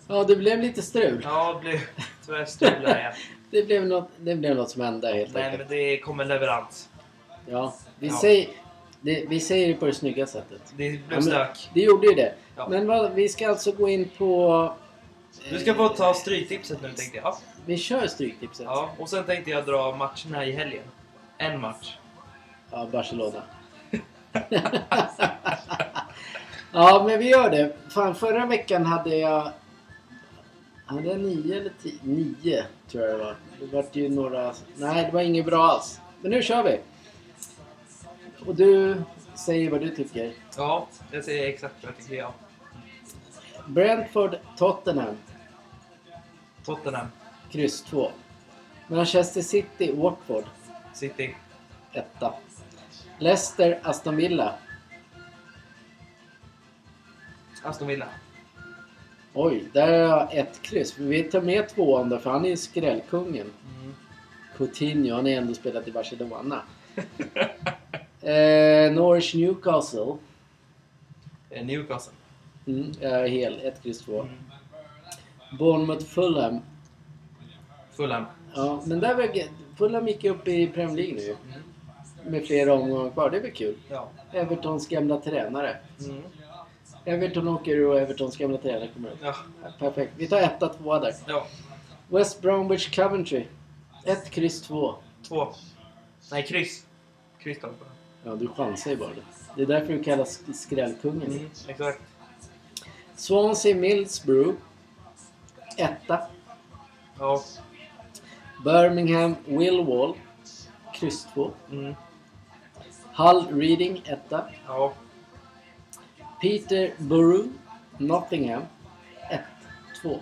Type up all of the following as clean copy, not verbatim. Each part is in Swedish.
Ja, det blev lite strul. Ja, det blev tyvärr strul där. Det blev något som hände helt Nej, enkelt. men det kommer leverans. Ja, vi Ja. säger det på det snygga sättet. Det blev stök. Det gjorde ju det. Ja. Men vi ska alltså gå in på... Du ska få ta stryktipset nu, tänkte jag. Vi kör stryktipset. Ja, och sen tänkte jag dra matcherna i helgen. En match. Ja, Barcelona. Ja, men vi gör det. Fan, förra veckan hade jag 9 eller 10? 9 tror jag det var. Det var ju några... Nej, det var inget bra alls. Men nu kör vi. Och du säger vad du tycker. Ja, jag säger exakt vad jag tycker jag. Brentford, Tottenham. Tottenham. Kryss 2. Manchester City, Watford. City. 1. Leicester, Aston Villa. Aston Villa. Oj, där är jag 1 kryss. Vi tar med 2 då, för han är ju skrällkungen. Coutinho, han är ändå spelat i Barcelona. Norwich, Newcastle. Newcastle. Jag är hel. 1 kryss 2. Bournemouth, Fulham. Fulham. Ja, men där var Fulham gick upp i Premier League nu. Med flera omgångar kvar. Det är väl kul. Ja. Evertons gamla tränare. Everton åker och Evertons gamla tränare kommer ut. Ja. Perfekt. Vi tar 1-2 där. Ja. West Bromwich, Coventry. 1 kryss 2. 2. Nej, kryss. Kryss då. Ja, du chansar ju bara. Det är därför du kallas skrällkungen. Exakt. Swansea, Middlesbrough. 1. Ja. Birmingham, Millwall. Kryss 2. Hull, Reading. 1. Ja. Peterborough, Nottingham. 1-2.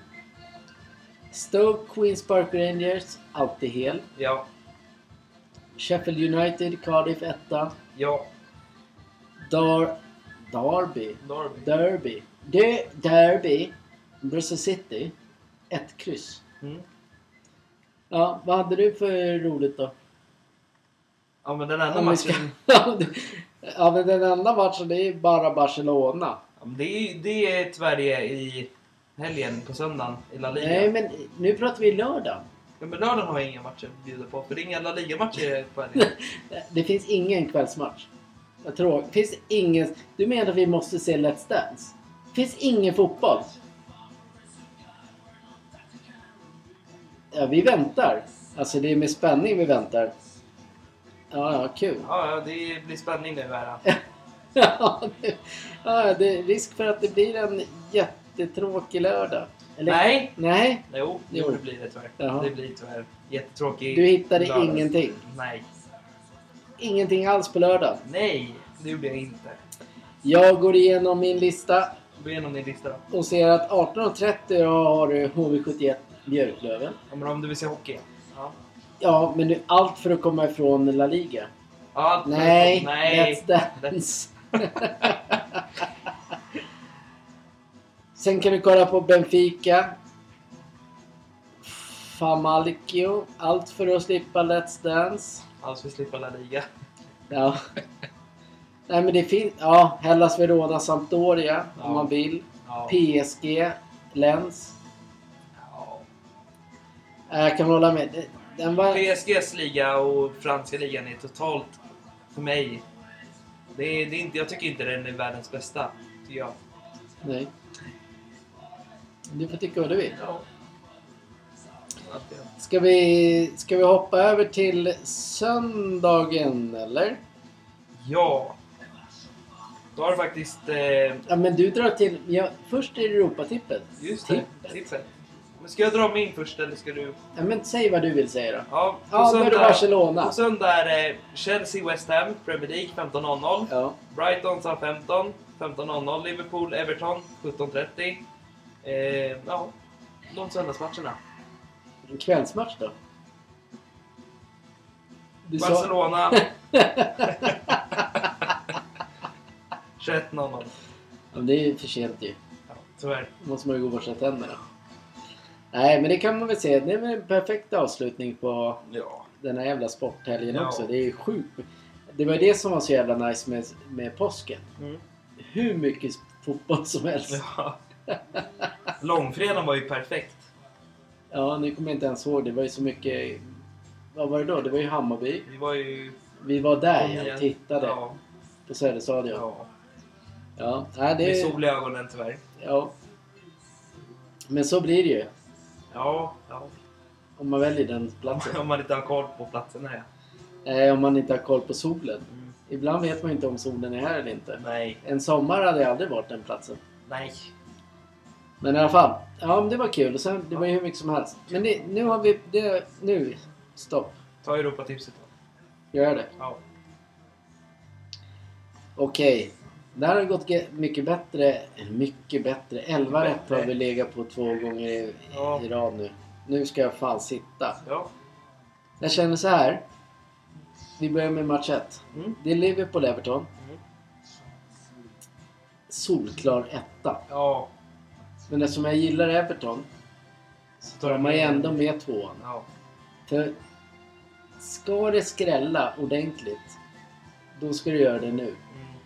Stoke, Queens Park Rangers. Alltid hel. Ja. Sheffield United, Cardiff 1. Ja. Derby. Derby. Derby. Bristol City. 1 kryss. Ja, vad hade du för roligt då? Ja, men den enda matchen... Ja, men den enda matchen det är bara Barcelona. Ja, men det är tyvärr i helgen på söndagen i La Liga. Nej, men nu pratar vi lördag. Ja, men lördagen har jag inga matcher att bjuda på. För det är inga La Liga-matcher på helgen. Det finns ingen kvällsmatch. Jag tror. Det finns ingen... Du menar att vi måste se Let's Dance? Det finns ingen fotboll. Ja, vi väntar. Alltså det är med spänning vi väntar. Ja, kul. Ja, det blir spänning nu här. Det är risk för att det blir en jättetråkig lördag. Eller? Nej. Jo, det blir det tyvärr. Jaha. Det blir tyvärr jättetråkig. Du hittade lördag. ingenting? Nej. Ingenting alls på lördag? Nej, det gjorde jag inte. Jag går igenom min lista. Gå igenom din lista då. Och ser att 18.30 har du HV71 Björklöven. Ja, men om du vill se hockey. Ja. Ja, men det är allt för att komma ifrån La Liga. Ja, Nej, nej. Let's Dance. Sen kan du kolla på Benfica. Famalicchio. Allt för att slippa Let's Dance. Allt för att slippa La Liga. Ja. Nej, men det finns... Ja, Hellas Verona, Sampdoria. Ja. Om man vill. Ja. PSG, Lens. Ja. Jag kan hålla med. Den var... PSGs liga och franska ligan är totalt för mig. Det är inte, jag tycker inte den är världens bästa, tycker jag. Nej. Du får tycka vad du vill. Ja. Ska vi hoppa över till söndagen, eller? Ja. Då har det faktiskt... Ja, men du drar till... Ja, först är det Europatippet. Just det, tippet. Men ska jag dra min först eller ska du... Ja, men säg vad du vill säga då. Ja, Då är det Barcelona. På söndag är det Chelsea West Ham, Premier League 15.00. Ja. Brighton Southampton 15.00. Liverpool Everton 17.30. Ja, de söndagsmatcherna. En kvällsmatch då? Du Barcelona 21.00. Ja, det är för sent ju. Ja, tyvärr. Då måste man ju gå och borsta tänderna. Nej, men det kan man väl säga. Det är väl en perfekt avslutning på den här jävla sporthelgen också. Det är sjukt. Det var det som var så jävla nice med påsken. Hur mycket fotboll som helst. Ja. Långfredagen var ju perfekt. Ja, nu kommer jag inte ens ihåg. Det var ju så mycket... Vad var det då? Det var ju Hammarby. Vi var där och tittade på Söderstadion. Ja. Ja, det... Med sol i ögonen tyvärr. Ja. Men så blir det ju. Ja. Om man väljer den platsen. Om man inte har koll på platsen här. Om man inte har koll på solen. Ibland vet man inte om solen är här eller inte. Nej. En sommar hade jag aldrig varit den platsen. Nej. Men i alla fall. Ja, men det var kul. Och sen, det var ju hur mycket som helst. Men nu har vi... Nu. Stopp. Ta Europatipset då. Gör det. Ja. Okej. Där har det gått mycket bättre. Mycket bättre. 11 rätt har vi legat på 2 gånger i rad nu. Nu ska jag fan sitta. Ja. Jag känner så här. Vi börjar med match 1. Det är Liverpool-Everton. Solklar etta. Ja. Men eftersom jag gillar Everton så tar man ju ändå med 2. Ja. För ska det skrälla ordentligt, då ska du göra det nu.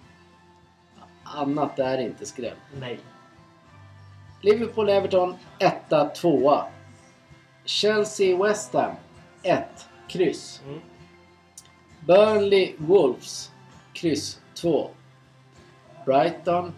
Annat är inte skräll. Nej. Liverpool-Everton 1-2. Chelsea-West Ham 1, kryss. Burnley-Wolves kryss 2. Brighton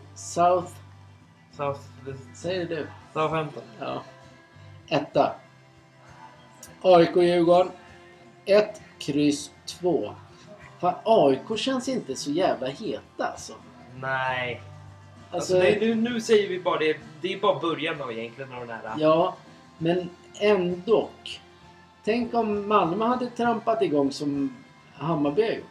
säger du? Southampton. Ja. 1. AIK-Djurgården 1, kryss 2. Fan, AIK känns inte så jävla heta alltså. Nej. Alltså nu säger vi bara det. Det är bara början av egentligen av den här. Ja, men ändå. Tänk om Malmö hade trampat igång som Hammarby har gjort.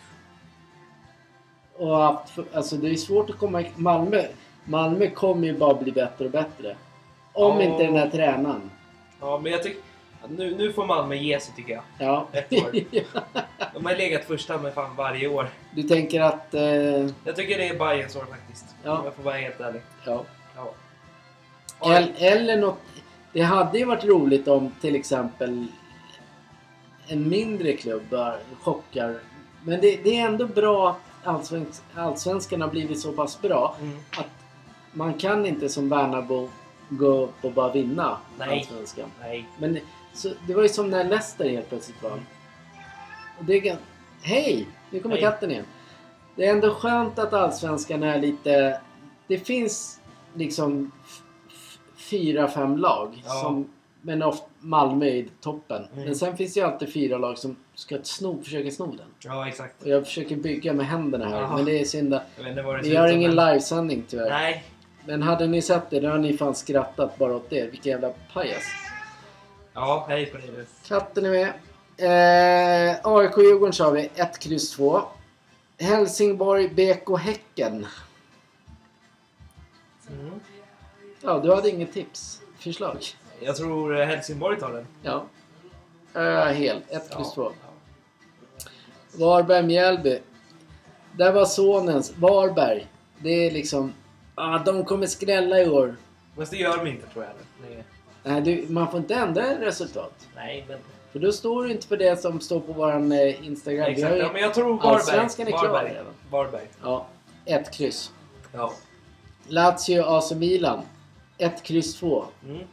Och alltså det är svårt att komma... Malmö kommer ju bara bli bättre och bättre. Om inte den här tränaren. Ja, men jag tycker... Nu får Malmö ge sig tycker jag. Ja. Ett år. De har legat första med fan varje år. Du tänker att... Jag tycker det är Bayerns år faktiskt. Ja. Om jag får vara helt ärlig. Ja. Eller något... Det hade ju varit roligt om till exempel en mindre klubb chockar. Men det är ändå bra att allsvenskan har blivit så pass bra att man kan inte som Värnabo gå upp och bara vinna allsvenskan. Nej. Men så, det var ju som när Leicester helt plötsligt var. Och det, hej! Nu kommer katten igen. Det är ändå skönt att allsvenskan är lite... Det finns liksom 4-5 lag som... Men ofta Malmö är i toppen. Men sen finns det ju alltid 4 lag som ska försöka sno den. Ja, exakt. Och jag försöker bygga med händerna här. Aha. Men det är synd att... Vi har har ingen livesändning tyvärr. Nej. Men hade ni sett det, då har ni fan skrattat bara åt det. Vilken jävla pajas. Ja, hej på dig du. Katten är med. AIK-Djurgården sa vi. 1-2. Helsingborg, BK Häcken. Ja, du hade inget tips. Förslag. Jag tror Helsingborg tar den. Ja. Helt. 1-2. Varberg, Mjällby. Där var sonens. Varberg. Det är liksom... de kommer skrälla i år. Men det gör de inte tror jag. Nej, man får inte ändra resultat. Nej, men... För då står du inte för det som står på våran Instagram. Exakt, ja, men jag tror Varberg. Allsvenskan är klar redan. Varberg. Ja, 1 kryss. Ja. Lazio, AC Milan. 1 kryss 2.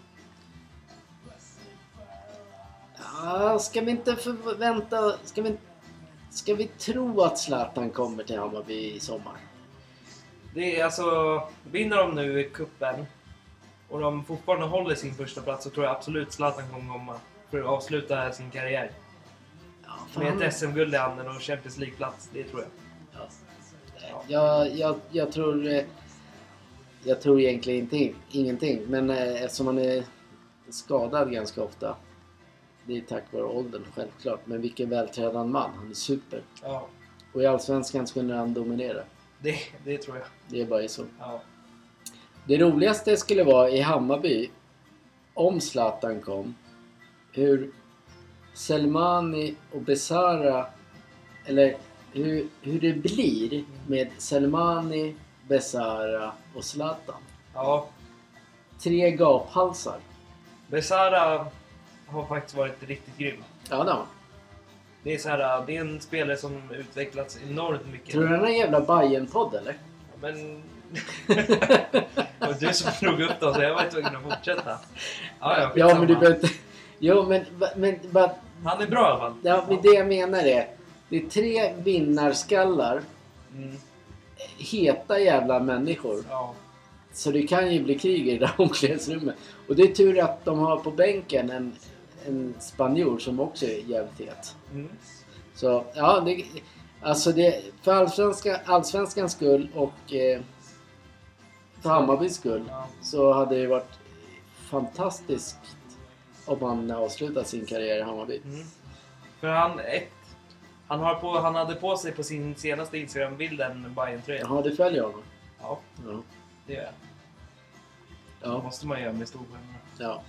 Ja, ska vi inte förvänta... Ska vi tro att Zlatan kommer till Hammarby i sommar? Det är alltså... Vinner de nu i kuppen och de fortfarande håller sin första plats så tror jag absolut Zlatan kommer komma för att avsluta sin karriär. Ja, med ett SM-guld i handen och Champions League-plats, det tror jag. Ja. Jag tror egentligen ingenting. Men eftersom han är skadad ganska ofta. Det är tack vare åldern, självklart. Men vilken vältränad man. Han är super. Ja. Och i Allsvenskan skulle han dominera. Det tror jag. Det är bara så. Ja. Det roligaste skulle vara i Hammarby. Om Zlatan kom. Hur Selmani och Besara... Eller hur det blir med Selmani, Besara och Zlatan. Ja. 3 gaphalsar. Besara har faktiskt varit riktigt grym. Ja, då. Det är så här, det är en spelare som utvecklats enormt mycket. Tror du den är en jävla Bayern-podd eller? Men Och du som drog upp dem så jag var tvungen att fortsätta. Ja, men du behöver inte... Jo, men han är bra i alla fall. Ja, men det jag menar är... Det är 3 vinnarskallar. Heta jävla människor. Ja. Så det kan ju bli krig i det där omklädningsrummet. Och det är tur att de har på bänken en spanjor som också är jävligt het. Så, ja, alltså det... För allsvenskans skull och... för Hammarbys skull så hade det varit fantastiskt om man avslutar sin karriär i Hammarby. För han hade på sig på sin senaste Instagram-bild en Bayern-tröja. Ja, det följer honom. Ja, det gör jag. Ja. Det måste man göra med storstjärnorna.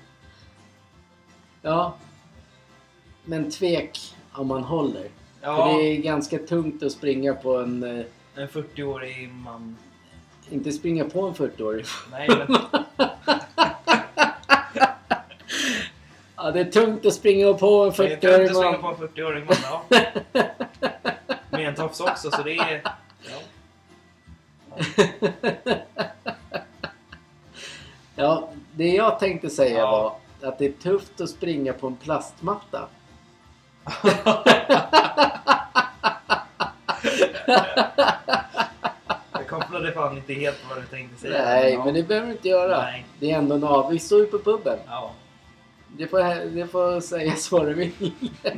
Ja. Men tvek om man håller. Ja. För det är ganska tungt att springa på en 40-årig man. Inte springa på en 40-årig. Nej, men... Ja, det är tungt att springa på en 40-årig man. Det är tungt att springa på en 40-årig man, ja. Med en tofs också, så det är... Ja, det jag tänkte säga var att det är tufft att springa på en plastmatta. Jag kopplade fan inte helt vad du tänkte säga. Nej, men det behöver du inte göra. Nej. Det är ändå vi står ju på puben. Ja. Det får sägas vad du vill.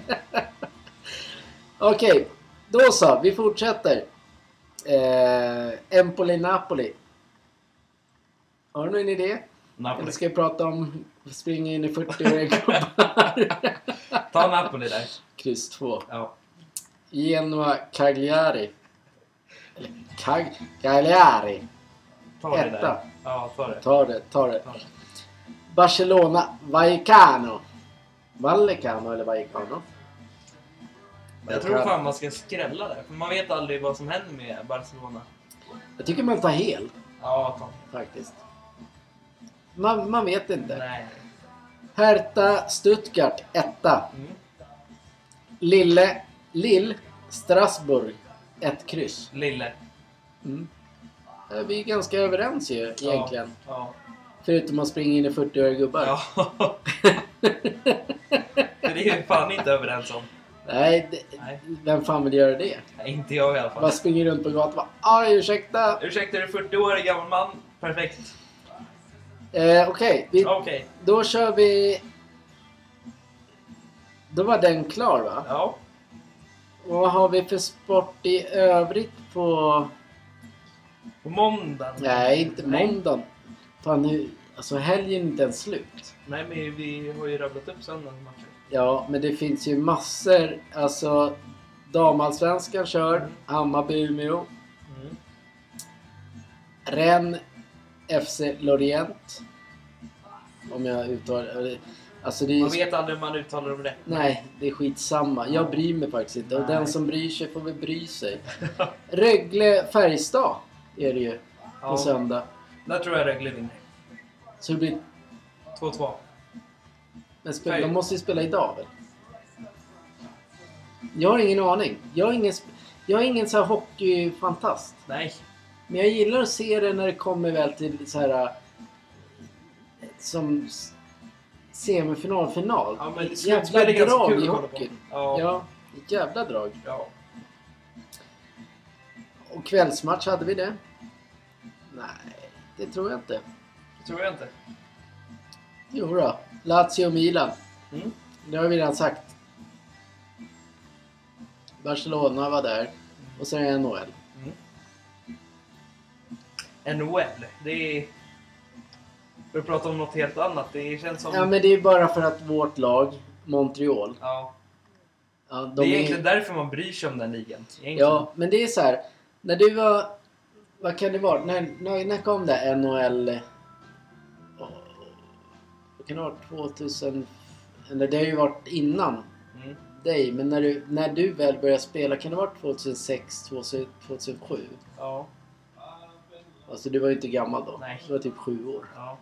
Okej, då så. Vi fortsätter. Empoli-Napoli. Har du någon idé? Napoli. Eller ska jag prata om springa in i 40-åriga gubbar? Ta Napoli där. Kryss 2. Ja. Genoa Cagliari. Cagliari. Ta det Etta. där. Ja, ta det. Ta det. Barcelona Vallecano. Vallecano eller Vallecano? Jag tror fan man ska skrälla där. För man vet aldrig vad som händer med Barcelona. Jag tycker man tar hel. Ja, faktiskt. Man vet inte. Nej. Hertha Stuttgart 1. Lille Strasbourg 1 kryss. Lille. Vi är ganska överens ju egentligen. Ja. Förutom att springa in i 40-åriga gubbar. Ja. Det är ju fan inte överens om. Nej. Vem fan vill göra det? Nej, inte jag i alla fall. Bara springer runt på gatan och bara, ursäkta. Ursäkta, är du 40-årig gammal man? Perfekt. Okej. Då kör vi... Då var den klar, va? Ja. Och vad har vi för sport i övrigt på... På måndagen? Nej, inte måndagen. Fan, nu... Alltså helgen är inte ens slut. Nej, men vi har ju rabblat upp söndagens matcher. Ja, men det finns ju massor. Alltså, damallsvenskan kör. Hammarby, Umeå. Rennes, FC Lorient. Om jag uttalar... Alltså det är... Man vet aldrig om man uttalar dem rätt. Nej, det är skitsamma. Jag bryr mig faktiskt inte. Och den som bryr sig får väl bry sig. Rögle Färjestad är det ju på söndag. Där tror jag Rögle vinner. Så det blir 2-2. Men de måste ju spela idag väl? Jag har ingen aning. Jag är ingen så här hockeyfantast. Nej. Men jag gillar att se det när det kommer väl till så här som semifinal, final. Ja, men jävla drag i hockey. hockeyn. Ja, jävla drag. Ja. Och kvällsmatch hade vi det? Nej, det tror jag inte. Det tror jag inte. Jo då. Lazio och Milan. Det har vi redan sagt. Barcelona var där. Och sen är NHL. NHL? Det är... För att prata om något helt annat. Det känns som... Ja, men det är bara för att vårt lag, Montreal. Ja. Ja, det är egentligen därför man bryr sig om den ligan. Egentligen. Ja, men det är så här. När du var... Vad kan det vara? När kom det NHL... Vad kan det vara? 2000... Eller det har ju varit innan dig. Men när du väl började spela, kan det vara 2006, 2007? Ja. Alltså du var ju inte gammal då. Nej. Du var typ 7 år. Ja.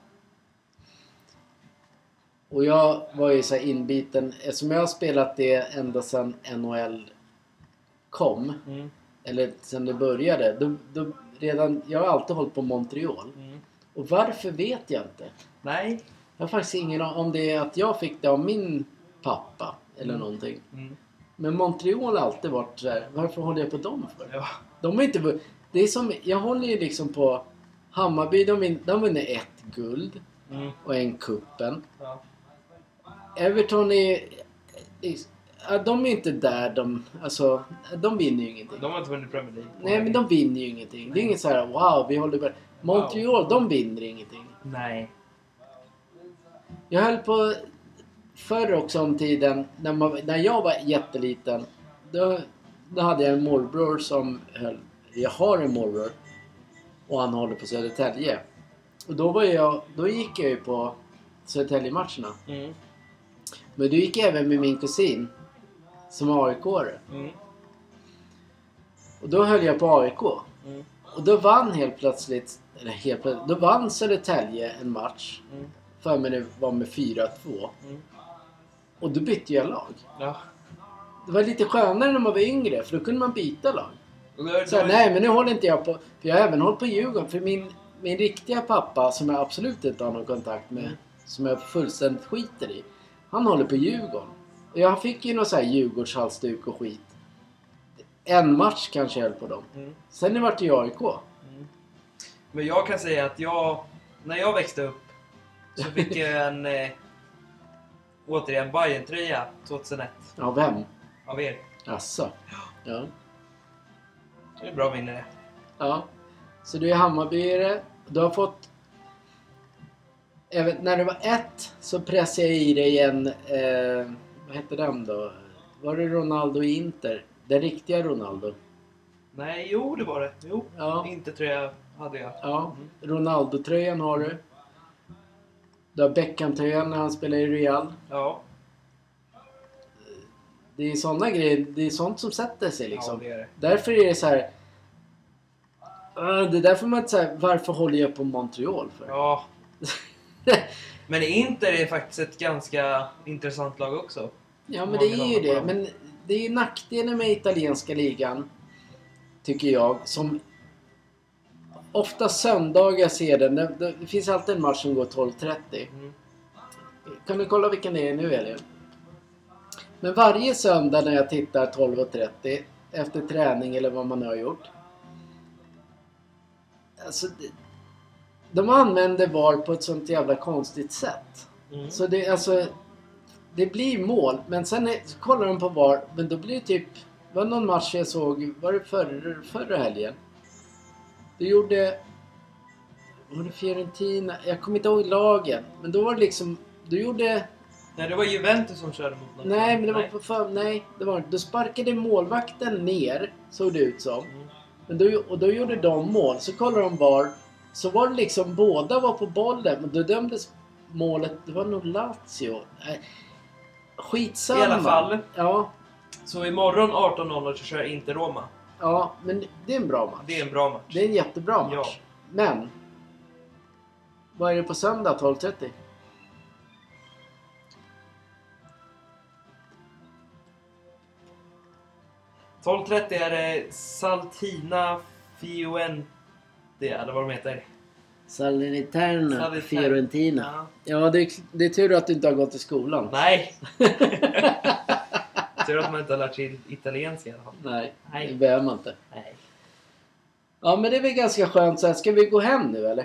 Och jag var ju så här inbiten. Eftersom jag har spelat det ända sedan NHL kom. Eller sedan det började. Då jag har alltid hållit på Montreal. Och varför vet jag inte. Nej. Jag har faktiskt ingen aning om det är att jag fick det av min pappa eller någonting. Men Montreal har alltid varit så här. Varför håller jag på dem för? Ja. De är inte... Det är som... Jag håller ju liksom på Hammarby. De vinner 1 guld. Och 1 kuppen. Ja. Everton är... De är inte där alltså, de vinner ju ingenting. De har inte vunnit Premier League. Nej, men de vinner ju ingenting. Nej. Det är inget så här, wow, vi håller på... Montreal, de vinner ingenting. Nej. Jag höll på förr också om tiden, när jag var jätteliten, då hade jag en morbror som jag har en morbror, och han håller på Södertälje. Och då gick jag ju på Södertälje-matcherna. Men då gick jag även med min kusin som AIK-are. Och då höll jag på AIK. Och då vann då vann Södertälje en match. För mig det var med 4-2. Och då bytte jag lag. Ja. Det var lite skönare när man var yngre, för då kunde man byta lag. Så nej, men nu håller inte jag på. För jag har även hållit på Djurgården. För min riktiga pappa, som jag absolut inte har någon kontakt med, som jag fullständigt skiter i, han håller på Djurgården. Och jag fick ju någon så här Djurgårdshalsduk och skit. En match kanske jag höll på dem. Sen har det varit i AIK. Men jag kan säga att när jag växte upp så fick jag en återigen Bayern-tröja 2001. Ja, vem? Av er. Asså. Ja. Det är bra minne det. Ja. Så du är Hammarbyare. Du har fått... När du var 1 så pressade jag i dig en... vad hette den då? Var det Ronaldo i Inter? Den riktiga Ronaldo? Nej, jo det var det. Jo, ja. Inter-tröja hade jag. Ja, Ronaldo-tröjan har du. Du har Beckham-tröjan när han spelar i Real. Ja. Det är sådana grejer, det är sånt som sätter sig liksom. Ja, det är det. Därför är det så här. Det är därför man inte säger, varför håller jag på Montreal för? Ja. Men Inter är faktiskt ett ganska intressant lag också. Ja, men det är ju det. Men det är ju nackdelen med italienska ligan, tycker jag, som ofta söndagar ser den. Det finns alltid en match som går 12:30. Kan du kolla vilken det är nu, eller? Men varje söndag när jag tittar 12:30 efter träning eller vad man har gjort. Alltså, de använder VAR på ett sånt jävla konstigt sätt. Så det blir mål. Men sen så kollar de på VAR. Men då blir det typ... Det var någon match jag såg... Var det förra helgen? Då gjorde... Var det Fiorentina? Jag kommer inte ihåg lagen. Men då var det liksom... Då gjorde... Nej, det var Juventus som körde mot något. Nej, men det var på nej, det var inte. Då sparkade målvakten ner, såg det ut som. Men då gjorde de mål. Så kollade de VAR. Så var det liksom, båda var på bollen. Men då dömdes målet, det var nog Lazio. Skitsamma. I alla fall. Ja. Så imorgon 18:00 så kör inte Roma. Ja, men det är en bra match. Det är en bra match. Det är en jättebra match. Ja. Men vad är det på söndag 12:30? är det Saltina Fiorentina, eller vad de heter. Salernitana Fiorentina. Ja, det är tur att du inte har gått i skolan. Nej. Tur att man inte har lärt sig italienska i alla fall. Nej, det behöver man inte. Nej. Ja, men det är väl ganska skönt. Så här, ska vi gå hem nu, eller?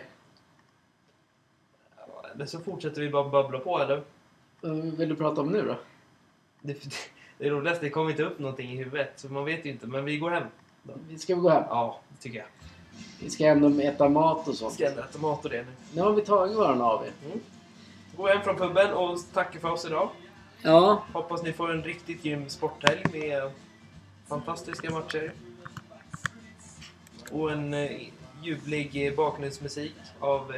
Eller så fortsätter vi bara babbla på, eller? Vill du prata om nu då? Det roligaste, det kommer inte upp någonting i huvudet. Så man vet ju inte, men vi går hem då. Ska vi gå hem? Ja, det tycker jag. Vi ska ändå äta mat och sånt. Vi ska ändå äta mat och det nu. Nu har vi tagit varann av er. Gå hem från puben och tacka för oss idag. Ja. Hoppas ni får en riktigt grym sporthelg med fantastiska matcher. Och en ljuvlig bakgrundsmusik av...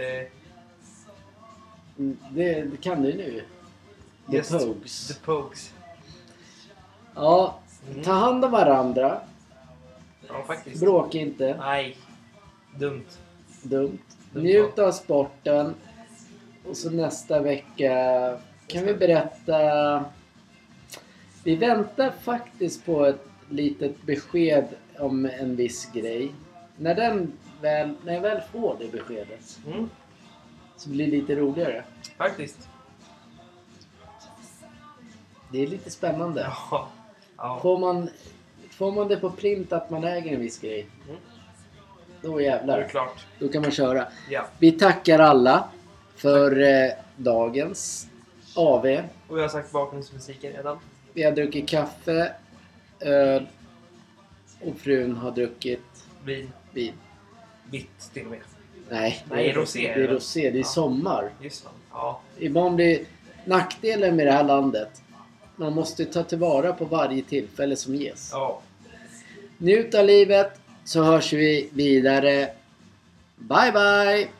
Det kan du nu. The Pogues. The Pogues. Ja, ta hand om varandra. Ja, faktiskt. Bråka inte. Nej, dumt. Njut av sporten. Och så nästa vecka kan vi berätta... Vi väntar faktiskt på ett litet besked om en viss grej. när jag väl får det beskedet så blir det lite roligare. Faktiskt. Det är lite spännande. Ja. Får man det på print att man äger en viss grej, då jävlar. Det är klart. Då kan man köra. Ja. Vi tackar alla för dagens AV. Och jag har sagt bakgrundsmusiken redan. Vi har druckit kaffe, öl och frun har druckit Vin. Vitt till och med. Nej, rosé. Det är rosé, det är sommar. Just det. Ja. Ibland blir nackdelen med det här landet. Man måste ta tillvara på varje tillfälle som ges. Ja. Njut av livet, så hörs vi vidare. Bye bye!